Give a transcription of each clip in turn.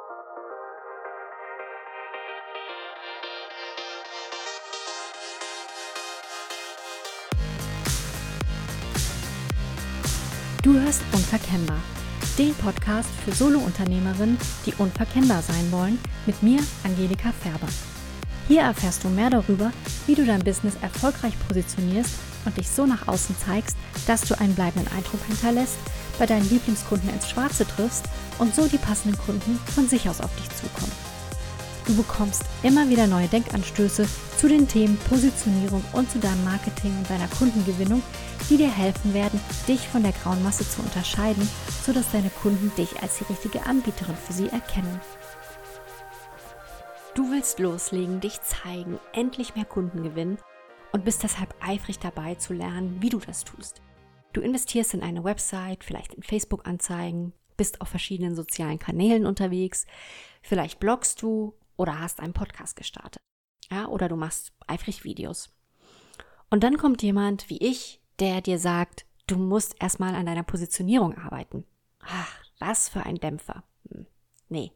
Du hörst Unverkennbar, den Podcast für Solo-Unternehmerinnen, die unverkennbar sein wollen, mit mir, Angelika Färber. Hier erfährst du mehr darüber, wie du dein Business erfolgreich positionierst und dich so nach außen zeigst, dass du einen bleibenden Eindruck hinterlässt, bei deinen Lieblingskunden ins Schwarze triffst und so die passenden Kunden von sich aus auf dich zukommen. Du bekommst immer wieder neue Denkanstöße zu den Themen Positionierung und zu deinem Marketing und deiner Kundengewinnung, die dir helfen werden, dich von der grauen Masse zu unterscheiden, sodass deine Kunden dich als die richtige Anbieterin für sie erkennen. Du willst loslegen, dich zeigen, endlich mehr Kunden gewinnen und bist deshalb eifrig dabei zu lernen, wie du das tust. Du investierst in eine Website, vielleicht in Facebook-Anzeigen, bist auf verschiedenen sozialen Kanälen unterwegs, vielleicht bloggst du oder hast einen Podcast gestartet. Ja, oder du machst eifrig Videos. Und dann kommt jemand wie ich, der dir sagt, du musst erstmal an deiner Positionierung arbeiten. Ach, was für ein Dämpfer. Nee.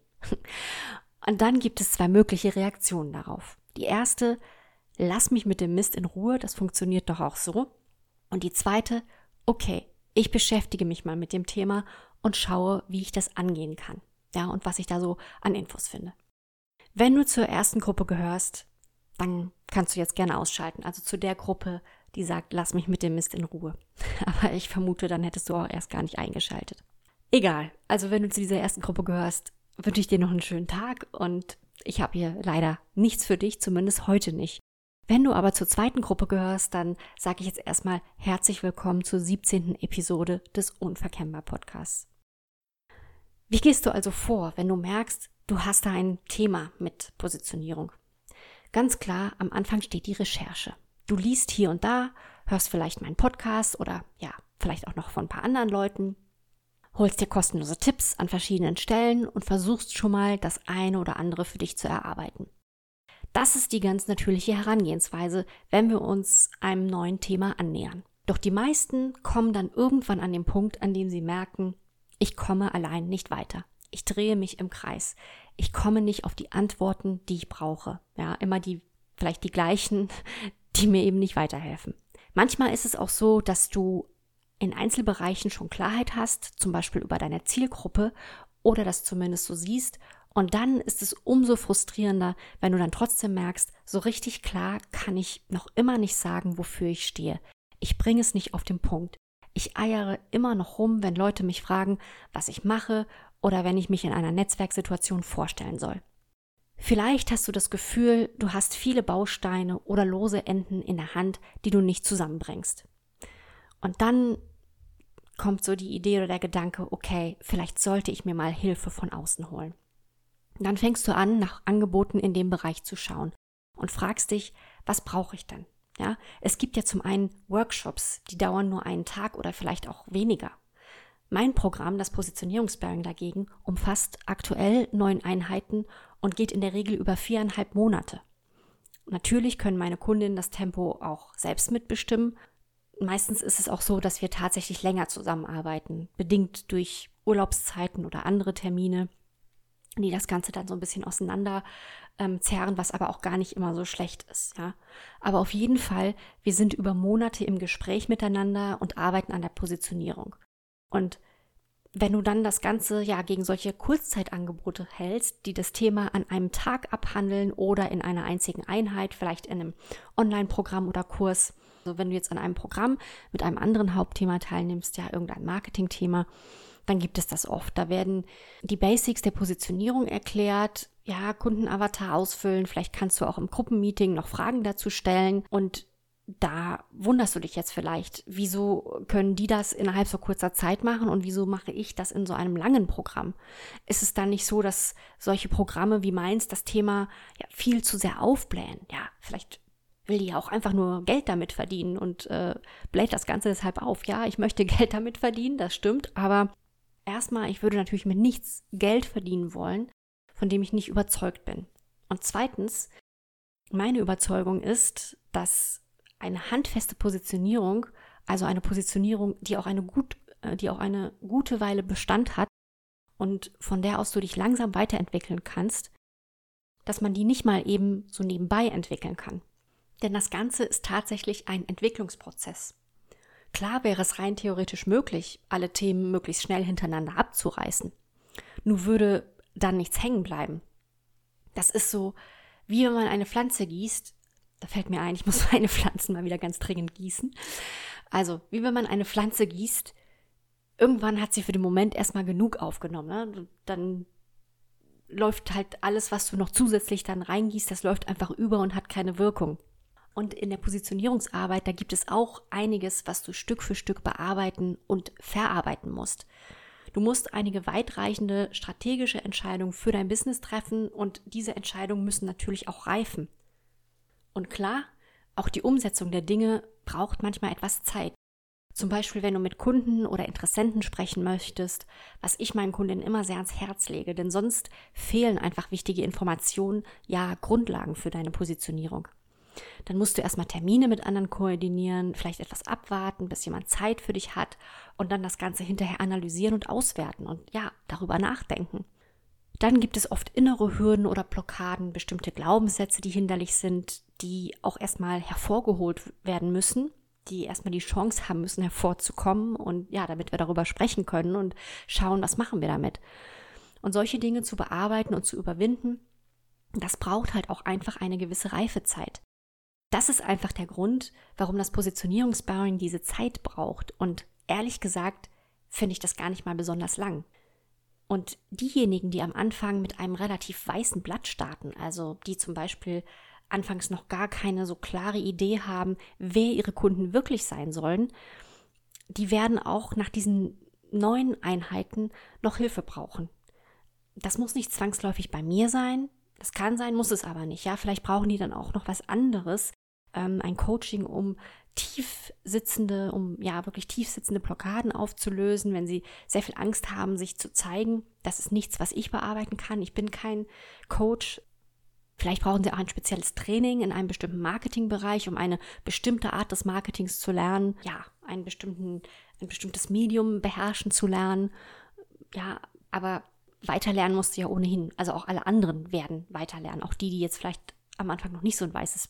Und dann gibt es zwei mögliche Reaktionen darauf. Die erste, lass mich mit dem Mist in Ruhe, das funktioniert doch auch so. Und die zweite, okay, ich beschäftige mich mal mit dem Thema und schaue, wie ich das angehen kann. Ja, und was ich da so an Infos finde. Wenn du zur ersten Gruppe gehörst, dann kannst du jetzt gerne ausschalten. Also zu der Gruppe, die sagt, lass mich mit dem Mist in Ruhe. Aber ich vermute, dann hättest du auch erst gar nicht eingeschaltet. Egal, also wenn du zu dieser ersten Gruppe gehörst, wünsche ich dir noch einen schönen Tag und ich habe hier leider nichts für dich, zumindest heute nicht. Wenn du aber zur zweiten Gruppe gehörst, dann sage ich jetzt erstmal herzlich willkommen zur 17. Episode des Unverkennbar Podcasts. Wie gehst du also vor, wenn du merkst, du hast da ein Thema mit Positionierung? Ganz klar, am Anfang steht die Recherche. Du liest hier und da, hörst vielleicht meinen Podcast oder ja, vielleicht auch noch von ein paar anderen Leuten, holst dir kostenlose Tipps an verschiedenen Stellen und versuchst schon mal das eine oder andere für dich zu erarbeiten. Das ist die ganz natürliche Herangehensweise, wenn wir uns einem neuen Thema annähern. Doch die meisten kommen dann irgendwann an den Punkt, an dem sie merken, ich komme allein nicht weiter. Ich drehe mich im Kreis. Ich komme nicht auf die Antworten, die ich brauche. Ja, immer vielleicht die gleichen, die mir eben nicht weiterhelfen. Manchmal ist es auch so, dass du in Einzelbereichen schon Klarheit hast, zum Beispiel über deine Zielgruppe oder das zumindest so siehst. Und dann ist es umso frustrierender, wenn du dann trotzdem merkst, so richtig klar kann ich noch immer nicht sagen, wofür ich stehe. Ich bringe es nicht auf den Punkt. Ich eiere immer noch rum, wenn Leute mich fragen, was ich mache oder wenn ich mich in einer Netzwerksituation vorstellen soll. Vielleicht hast du das Gefühl, du hast viele Bausteine oder lose Enden in der Hand, die du nicht zusammenbringst. Und dann kommt so die Idee oder der Gedanke, okay, vielleicht sollte ich mir mal Hilfe von außen holen. Und dann fängst du an, nach Angeboten in dem Bereich zu schauen und fragst dich, was brauche ich denn? Ja, es gibt ja zum einen Workshops, die dauern nur einen Tag oder vielleicht auch weniger. Mein Programm, das Positionierungssparring dagegen, umfasst aktuell 9 Einheiten und geht in der Regel über 4,5 Monate. Natürlich können meine Kundinnen das Tempo auch selbst mitbestimmen. Meistens ist es auch so, dass wir tatsächlich länger zusammenarbeiten, bedingt durch Urlaubszeiten oder andere Termine, die das Ganze dann so ein bisschen auseinander zerren, was aber auch gar nicht immer so schlecht ist. Ja. Aber auf jeden Fall, wir sind über Monate im Gespräch miteinander und arbeiten an der Positionierung. Und wenn du dann das Ganze ja gegen solche Kurzzeitangebote hältst, die das Thema an einem Tag abhandeln oder in einer einzigen Einheit, vielleicht in einem Online-Programm oder Kurs, also wenn du jetzt an einem Programm mit einem anderen Hauptthema teilnimmst, ja irgendein Marketingthema, dann gibt es das oft. Da werden die Basics der Positionierung erklärt, ja, Kundenavatar ausfüllen, vielleicht kannst du auch im Gruppenmeeting noch Fragen dazu stellen und da wunderst du dich jetzt vielleicht, wieso können die das innerhalb so kurzer Zeit machen und wieso mache ich das in so einem langen Programm? Ist es dann nicht so, dass solche Programme wie meins das Thema ja viel zu sehr aufblähen? Ja, vielleicht will die ja auch einfach nur Geld damit verdienen und bläht das Ganze deshalb auf. Ja, ich möchte Geld damit verdienen, das stimmt, aber erstmal, ich würde natürlich mit nichts Geld verdienen wollen, von dem ich nicht überzeugt bin. Und zweitens, meine Überzeugung ist, dass eine handfeste Positionierung, also eine Positionierung, die auch eine gute Weile Bestand hat und von der aus du dich langsam weiterentwickeln kannst, dass man die nicht mal eben so nebenbei entwickeln kann. Denn das Ganze ist tatsächlich ein Entwicklungsprozess. Klar wäre es rein theoretisch möglich, alle Themen möglichst schnell hintereinander abzureißen. Nur würde dann nichts hängen bleiben. Das ist so, wie wenn man eine Pflanze gießt. Da fällt mir ein, ich muss meine Pflanzen mal wieder ganz dringend gießen. Also, wie wenn man eine Pflanze gießt, irgendwann hat sie für den Moment erstmal genug aufgenommen. Ne? Dann läuft halt alles, was du noch zusätzlich dann reingießt, das läuft einfach über und hat keine Wirkung. Und in der Positionierungsarbeit, da gibt es auch einiges, was du Stück für Stück bearbeiten und verarbeiten musst. Du musst einige weitreichende strategische Entscheidungen für dein Business treffen und diese Entscheidungen müssen natürlich auch reifen. Und klar, auch die Umsetzung der Dinge braucht manchmal etwas Zeit. Zum Beispiel, wenn du mit Kunden oder Interessenten sprechen möchtest, was ich meinen Kunden immer sehr ans Herz lege, denn sonst fehlen einfach wichtige Informationen, ja Grundlagen für deine Positionierung. Dann musst du erstmal Termine mit anderen koordinieren, vielleicht etwas abwarten, bis jemand Zeit für dich hat und dann das Ganze hinterher analysieren und auswerten und ja, darüber nachdenken. Dann gibt es oft innere Hürden oder Blockaden, bestimmte Glaubenssätze, die hinderlich sind, die auch erstmal hervorgeholt werden müssen, die erstmal die Chance haben müssen, hervorzukommen und ja, damit wir darüber sprechen können und schauen, was machen wir damit. Und solche Dinge zu bearbeiten und zu überwinden, das braucht halt auch einfach eine gewisse Reifezeit. Das ist einfach der Grund, warum das Positionierungssparring diese Zeit braucht. Und ehrlich gesagt finde ich das gar nicht mal besonders lang. Und diejenigen, die am Anfang mit einem relativ weißen Blatt starten, also die zum Beispiel anfangs noch gar keine so klare Idee haben, wer ihre Kunden wirklich sein sollen, die werden auch nach diesen neuen Einheiten noch Hilfe brauchen. Das muss nicht zwangsläufig bei mir sein, das kann sein, muss es aber nicht. Ja, vielleicht brauchen die dann auch noch was anderes, ein Coaching, um wirklich tief sitzende Blockaden aufzulösen, wenn sie sehr viel Angst haben, sich zu zeigen. Das ist nichts, was ich bearbeiten kann. Ich bin kein Coach. Vielleicht brauchen sie auch ein spezielles Training in einem bestimmten Marketingbereich, um eine bestimmte Art des Marketings zu lernen, ja, ein bestimmtes Medium beherrschen zu lernen. Ja, aber weiterlernen musst du ja ohnehin. Also auch alle anderen werden weiterlernen. Auch die jetzt vielleicht am Anfang noch nicht so ein weißes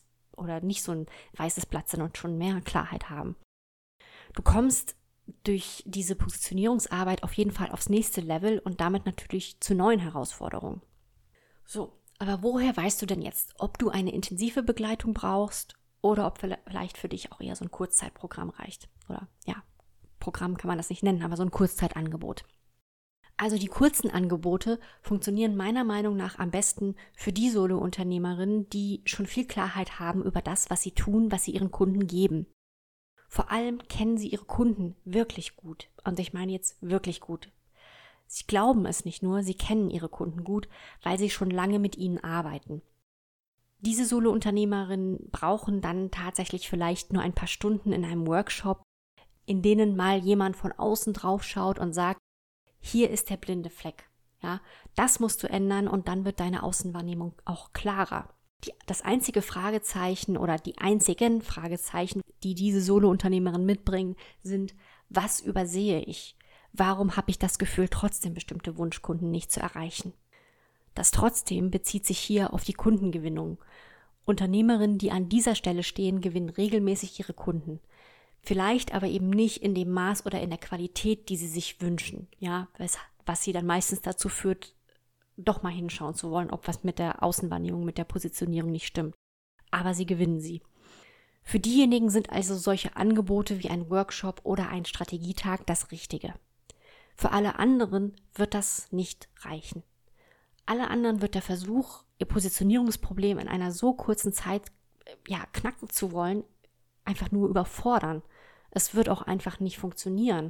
Blatt sind und schon mehr Klarheit haben. Du kommst durch diese Positionierungsarbeit auf jeden Fall aufs nächste Level und damit natürlich zu neuen Herausforderungen. So, aber woher weißt du denn jetzt, ob du eine intensive Begleitung brauchst oder ob vielleicht für dich auch eher so ein Kurzzeitprogramm reicht? Oder ja, Programm kann man das nicht nennen, aber so ein Kurzzeitangebot. Also die kurzen Angebote funktionieren meiner Meinung nach am besten für die Solo-Unternehmerinnen, die schon viel Klarheit haben über das, was sie tun, was sie ihren Kunden geben. Vor allem kennen sie ihre Kunden wirklich gut. Und ich meine jetzt wirklich gut. Sie glauben es nicht nur, sie kennen ihre Kunden gut, weil sie schon lange mit ihnen arbeiten. Diese Solo-Unternehmerinnen brauchen dann tatsächlich vielleicht nur ein paar Stunden in einem Workshop, in denen mal jemand von außen drauf schaut und sagt, hier ist der blinde Fleck. Ja, das musst du ändern und dann wird deine Außenwahrnehmung auch klarer. Das einzige Fragezeichen oder die einzigen Fragezeichen, die diese Solo-Unternehmerin mitbringen, sind, was übersehe ich? Warum habe ich das Gefühl, trotzdem bestimmte Wunschkunden nicht zu erreichen? Das trotzdem bezieht sich hier auf die Kundengewinnung. Unternehmerinnen, die an dieser Stelle stehen, gewinnen regelmäßig ihre Kunden. Vielleicht aber eben nicht in dem Maß oder in der Qualität, die sie sich wünschen, ja, was sie dann meistens dazu führt, doch mal hinschauen zu wollen, ob was mit der Außenwahrnehmung, mit der Positionierung nicht stimmt. Aber sie gewinnen sie. Für diejenigen sind also solche Angebote wie ein Workshop oder ein Strategietag das Richtige. Für alle anderen wird das nicht reichen. Alle anderen wird der Versuch, ihr Positionierungsproblem in einer so kurzen Zeit knacken zu wollen, einfach nur überfordern. Es wird auch einfach nicht funktionieren.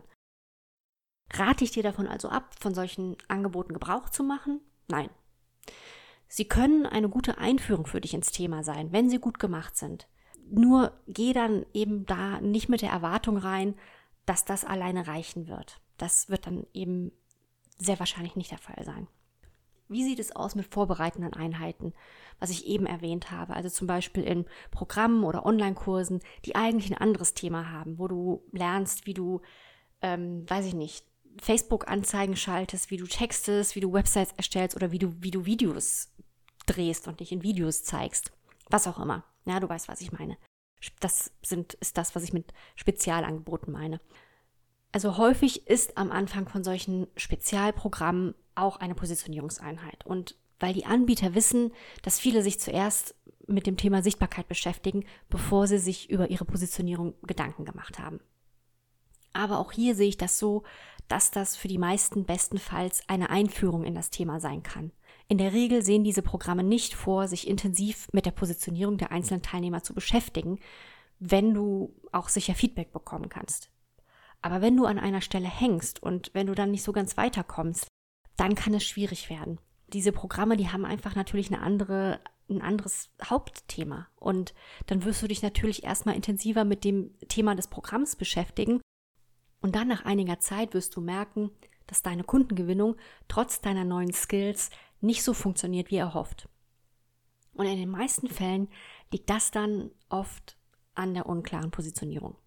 Rate ich dir davon also ab, von solchen Angeboten Gebrauch zu machen? Nein. Sie können eine gute Einführung für dich ins Thema sein, wenn sie gut gemacht sind. Nur geh dann eben da nicht mit der Erwartung rein, dass das alleine reichen wird. Das wird dann eben sehr wahrscheinlich nicht der Fall sein. Wie sieht es aus mit vorbereitenden Einheiten, was ich eben erwähnt habe? Also zum Beispiel in Programmen oder Online-Kursen, die eigentlich ein anderes Thema haben, wo du lernst, wie du, Facebook-Anzeigen schaltest, wie du textest, wie du Websites erstellst oder wie du Videos drehst und dich in Videos zeigst. Was auch immer. Ja, du weißt, was ich meine. Das ist das, was ich mit Spezialangeboten meine. Also häufig ist am Anfang von solchen Spezialprogrammen auch eine Positionierungseinheit. Und weil die Anbieter wissen, dass viele sich zuerst mit dem Thema Sichtbarkeit beschäftigen, bevor sie sich über ihre Positionierung Gedanken gemacht haben. Aber auch hier sehe ich das so, dass das für die meisten bestenfalls eine Einführung in das Thema sein kann. In der Regel sehen diese Programme nicht vor, sich intensiv mit der Positionierung der einzelnen Teilnehmer zu beschäftigen, wenn du auch sicher Feedback bekommen kannst. Aber wenn du an einer Stelle hängst und wenn du dann nicht so ganz weiterkommst, dann kann es schwierig werden. Diese Programme, die haben einfach natürlich ein anderes Hauptthema. Und dann wirst du dich natürlich erstmal intensiver mit dem Thema des Programms beschäftigen. Und dann nach einiger Zeit wirst du merken, dass deine Kundengewinnung trotz deiner neuen Skills nicht so funktioniert, wie erhofft. Und in den meisten Fällen liegt das dann oft an der unklaren Positionierung.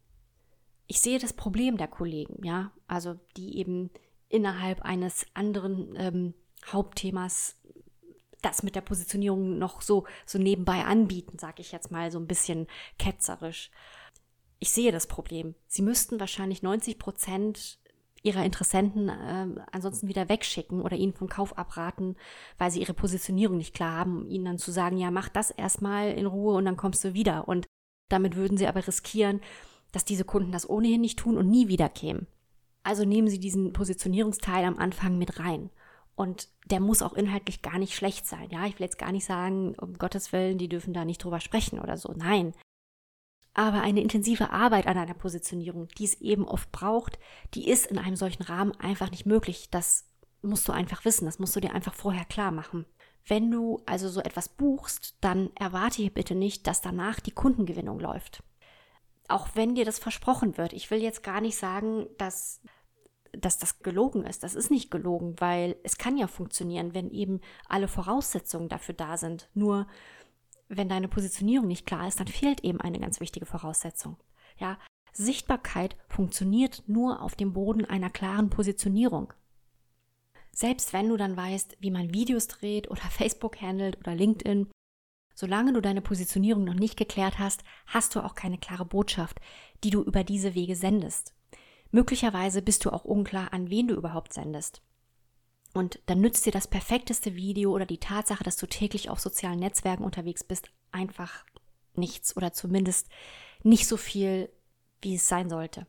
Ich sehe das Problem der Kollegen, ja, also die eben innerhalb eines anderen Hauptthemas das mit der Positionierung noch so nebenbei anbieten, sage ich jetzt mal so ein bisschen ketzerisch. Ich sehe das Problem. Sie müssten wahrscheinlich 90% ihrer Interessenten ansonsten wieder wegschicken oder ihnen vom Kauf abraten, weil sie ihre Positionierung nicht klar haben, um ihnen dann zu sagen, ja, mach das erstmal in Ruhe und dann kommst du wieder. Und damit würden sie aber riskieren, dass diese Kunden das ohnehin nicht tun und nie wieder kämen. Also nehmen Sie diesen Positionierungsteil am Anfang mit rein. Und der muss auch inhaltlich gar nicht schlecht sein. Ja, ich will jetzt gar nicht sagen, um Gottes Willen, die dürfen da nicht drüber sprechen oder so. Nein. Aber eine intensive Arbeit an einer Positionierung, die es eben oft braucht, die ist in einem solchen Rahmen einfach nicht möglich. Das musst du einfach wissen, das musst du dir einfach vorher klar machen. Wenn du also so etwas buchst, dann erwarte hier bitte nicht, dass danach die Kundengewinnung läuft. Auch wenn dir das versprochen wird. Ich will jetzt gar nicht sagen, dass das gelogen ist. Das ist nicht gelogen, weil es kann ja funktionieren, wenn eben alle Voraussetzungen dafür da sind. Nur wenn deine Positionierung nicht klar ist, dann fehlt eben eine ganz wichtige Voraussetzung. Ja, Sichtbarkeit funktioniert nur auf dem Boden einer klaren Positionierung. Selbst wenn du dann weißt, wie man Videos dreht oder Facebook handelt oder LinkedIn, solange du deine Positionierung noch nicht geklärt hast, hast du auch keine klare Botschaft, die du über diese Wege sendest. Möglicherweise bist du auch unklar, an wen du überhaupt sendest. Und dann nützt dir das perfekteste Video oder die Tatsache, dass du täglich auf sozialen Netzwerken unterwegs bist, einfach nichts oder zumindest nicht so viel, wie es sein sollte.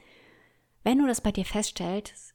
Wenn du das bei dir feststellst,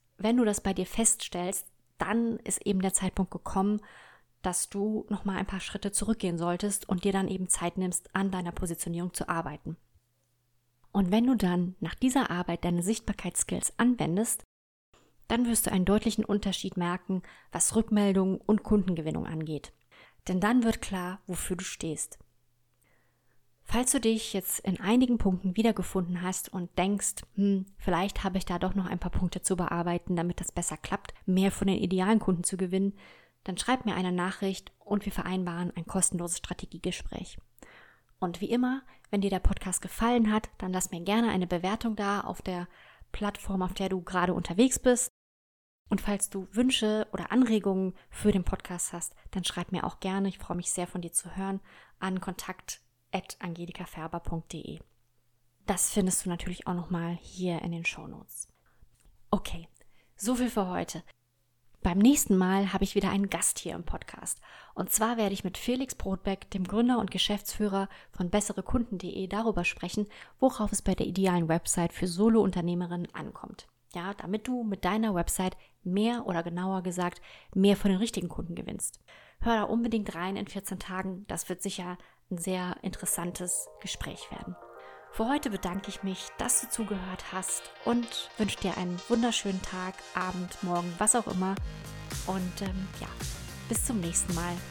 dann ist eben der Zeitpunkt gekommen, dass du nochmal ein paar Schritte zurückgehen solltest und dir dann eben Zeit nimmst, an deiner Positionierung zu arbeiten. Und wenn du dann nach dieser Arbeit deine Sichtbarkeitsskills anwendest, dann wirst du einen deutlichen Unterschied merken, was Rückmeldungen und Kundengewinnung angeht. Denn dann wird klar, wofür du stehst. Falls du dich jetzt in einigen Punkten wiedergefunden hast und denkst, vielleicht habe ich da doch noch ein paar Punkte zu bearbeiten, damit das besser klappt, mehr von den idealen Kunden zu gewinnen, dann schreib mir eine Nachricht und wir vereinbaren ein kostenloses Strategiegespräch. Und wie immer, wenn dir der Podcast gefallen hat, dann lass mir gerne eine Bewertung da auf der Plattform, auf der du gerade unterwegs bist. Und falls du Wünsche oder Anregungen für den Podcast hast, dann schreib mir auch gerne, ich freue mich sehr von dir zu hören, an kontakt@angelikaferber.de. Das findest du natürlich auch nochmal hier in den Shownotes. Okay, so viel für heute. Beim nächsten Mal habe ich wieder einen Gast hier im Podcast. Und zwar werde ich mit Felix Brodbeck, dem Gründer und Geschäftsführer von besserekunden.de, darüber sprechen, worauf es bei der idealen Website für Solo-Unternehmerinnen ankommt. Ja, damit du mit deiner Website mehr oder genauer gesagt mehr von den richtigen Kunden gewinnst. Hör da unbedingt rein in 14 Tagen. Das wird sicher ein sehr interessantes Gespräch werden. Für heute bedanke ich mich, dass du zugehört hast und wünsche dir einen wunderschönen Tag, Abend, Morgen, was auch immer. Und bis zum nächsten Mal.